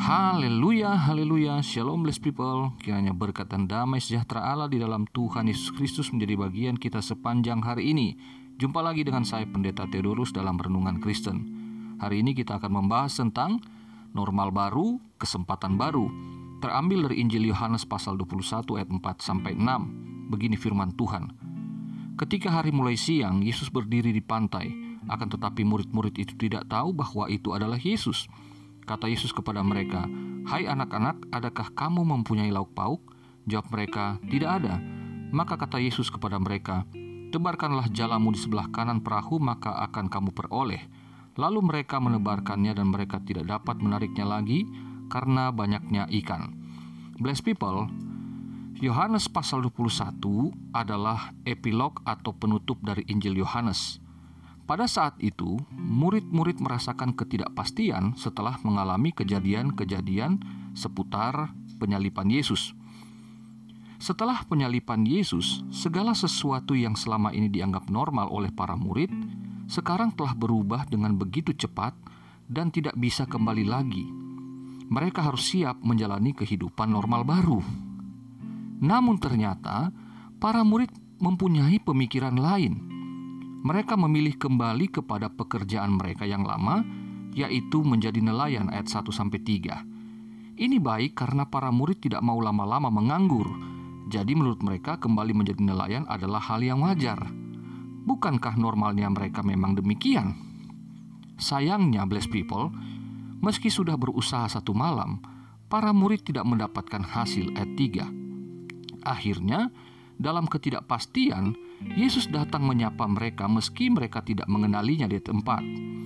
Haleluya, haleluya, shalom blessed people. Kiranya berkat dan damai sejahtera Allah di dalam Tuhan Yesus Kristus menjadi bagian kita sepanjang hari ini. Jumpa lagi dengan saya Pendeta Theodorus dalam Renungan Kristen. Hari ini kita akan membahas tentang normal baru, kesempatan baru. Terambil dari Injil Yohanes pasal 21 ayat 4-6. Begini firman Tuhan. Ketika hari mulai siang, Yesus berdiri di pantai. Akan tetapi murid-murid itu tidak tahu bahwa itu adalah Yesus. Kata Yesus kepada mereka, "Hai anak-anak, adakah kamu mempunyai lauk pauk?" Jawab mereka, "Tidak ada." Maka kata Yesus kepada mereka, "Tebarkanlah jalamu di sebelah kanan perahu, maka akan kamu peroleh." Lalu mereka menebarkannya dan mereka tidak dapat menariknya lagi karena banyaknya ikan. Blessed people, Yohanes pasal 21 adalah epilog atau penutup dari Injil Yohanes. Pada saat itu, murid-murid merasakan ketidakpastian setelah mengalami kejadian-kejadian seputar penyaliban Yesus. Setelah penyaliban Yesus, segala sesuatu yang selama ini dianggap normal oleh para murid, sekarang telah berubah dengan begitu cepat dan tidak bisa kembali lagi. Mereka harus siap menjalani kehidupan normal baru. Namun ternyata, para murid mempunyai pemikiran lain. Mereka memilih kembali kepada pekerjaan mereka yang lama, yaitu menjadi nelayan ayat 1-3. Ini baik karena para murid tidak mau lama-lama menganggur. Jadi menurut mereka kembali menjadi nelayan adalah hal yang wajar. Bukankah normalnya mereka memang demikian? Sayangnya, blessed people, meski sudah berusaha 1 malam, para murid tidak mendapatkan hasil ayat 3. Akhirnya, dalam ketidakpastian, Yesus datang menyapa mereka meski mereka tidak mengenalinya di tempat.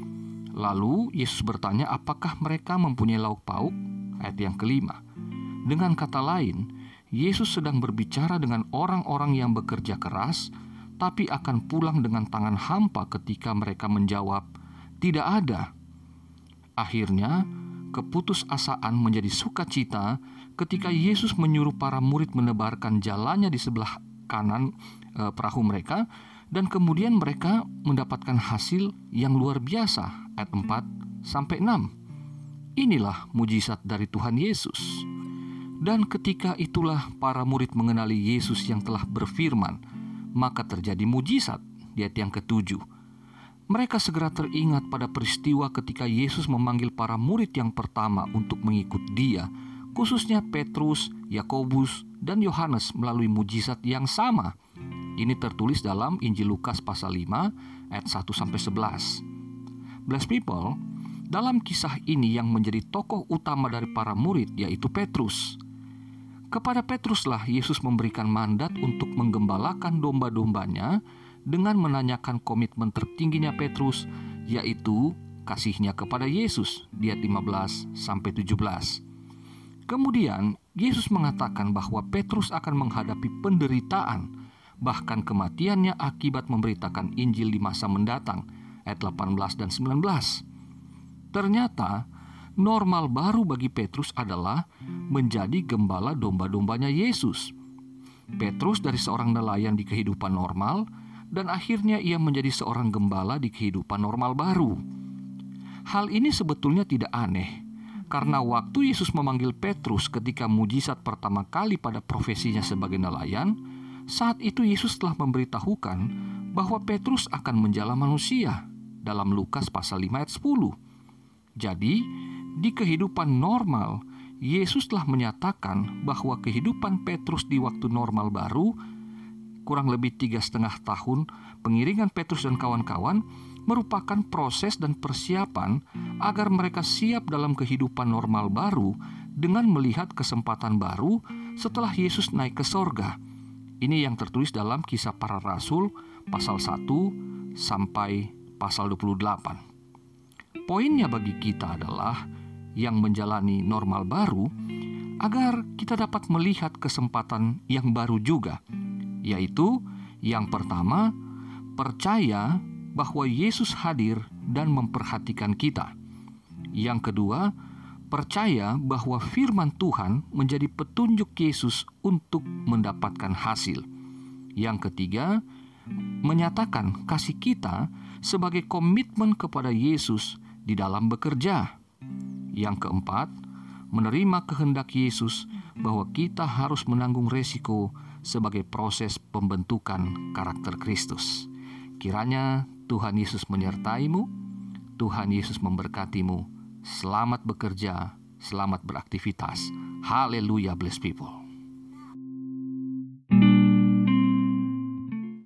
Lalu Yesus bertanya apakah mereka mempunyai lauk pauk? Ayat yang kelima. Dengan kata lain, Yesus sedang berbicara dengan orang-orang yang bekerja keras, tapi akan pulang dengan tangan hampa ketika mereka menjawab, "Tidak ada." Akhirnya, keputusasaan menjadi sukacita ketika Yesus menyuruh para murid menebarkan jalannya di sebelah kanan perahu mereka, dan kemudian mereka mendapatkan hasil yang luar biasa ayat 4-6. Inilah mujizat dari Tuhan Yesus. Dan ketika itulah para murid mengenali Yesus yang telah berfirman, maka terjadi mujizat di ayat yang ke-7. Mereka segera teringat pada peristiwa ketika Yesus memanggil para murid yang pertama untuk mengikut Dia, khususnya Petrus, Yakobus, dan Yohanes melalui mujizat yang sama. Ini tertulis dalam Injil Lukas pasal 5 ayat 1-11. Blessed people, dalam kisah ini yang menjadi tokoh utama dari para murid yaitu Petrus. Kepada Petruslah Yesus memberikan mandat untuk menggembalakan domba-dombanya dengan menanyakan komitmen tertingginya Petrus, yaitu kasihnya kepada Yesus di ayat 15-17. Kemudian Yesus mengatakan bahwa Petrus akan menghadapi penderitaan, bahkan kematiannya akibat memberitakan Injil di masa mendatang, ayat 18 dan 19. Ternyata normal baru bagi Petrus adalah menjadi gembala domba-dombanya Yesus. Petrus dari seorang nelayan di kehidupan normal, dan akhirnya ia menjadi seorang gembala di kehidupan normal baru. Hal ini sebetulnya tidak aneh, karena waktu Yesus memanggil Petrus ketika mujizat pertama kali pada profesinya sebagai nelayan, saat itu Yesus telah memberitahukan bahwa Petrus akan menjala manusia dalam Lukas pasal 5 ayat 10. Jadi, di kehidupan normal, Yesus telah menyatakan bahwa kehidupan Petrus di waktu normal baru, kurang lebih 3,5 tahun pengiringan Petrus dan kawan-kawan, merupakan proses dan persiapan agar mereka siap dalam kehidupan normal baru dengan melihat kesempatan baru setelah Yesus naik ke sorga. Ini yang tertulis dalam Kisah Para Rasul pasal 1 sampai pasal 28. Poinnya bagi kita adalah yang menjalani normal baru agar kita dapat melihat kesempatan yang baru juga, yaitu yang pertama, percaya bahwa Yesus hadir dan memperhatikan kita. Yang kedua, percaya bahwa firman Tuhan menjadi petunjuk Yesus untuk mendapatkan hasil. Yang ketiga, menyatakan kasih kita sebagai komitmen kepada Yesus di dalam bekerja. Yang keempat, menerima kehendak Yesus bahwa kita harus menanggung resiko sebagai proses pembentukan karakter Kristus. Kiranya Tuhan Yesus menyertaimu, Tuhan Yesus memberkatimu. Selamat bekerja, selamat beraktivitas. Haleluya, blessed people.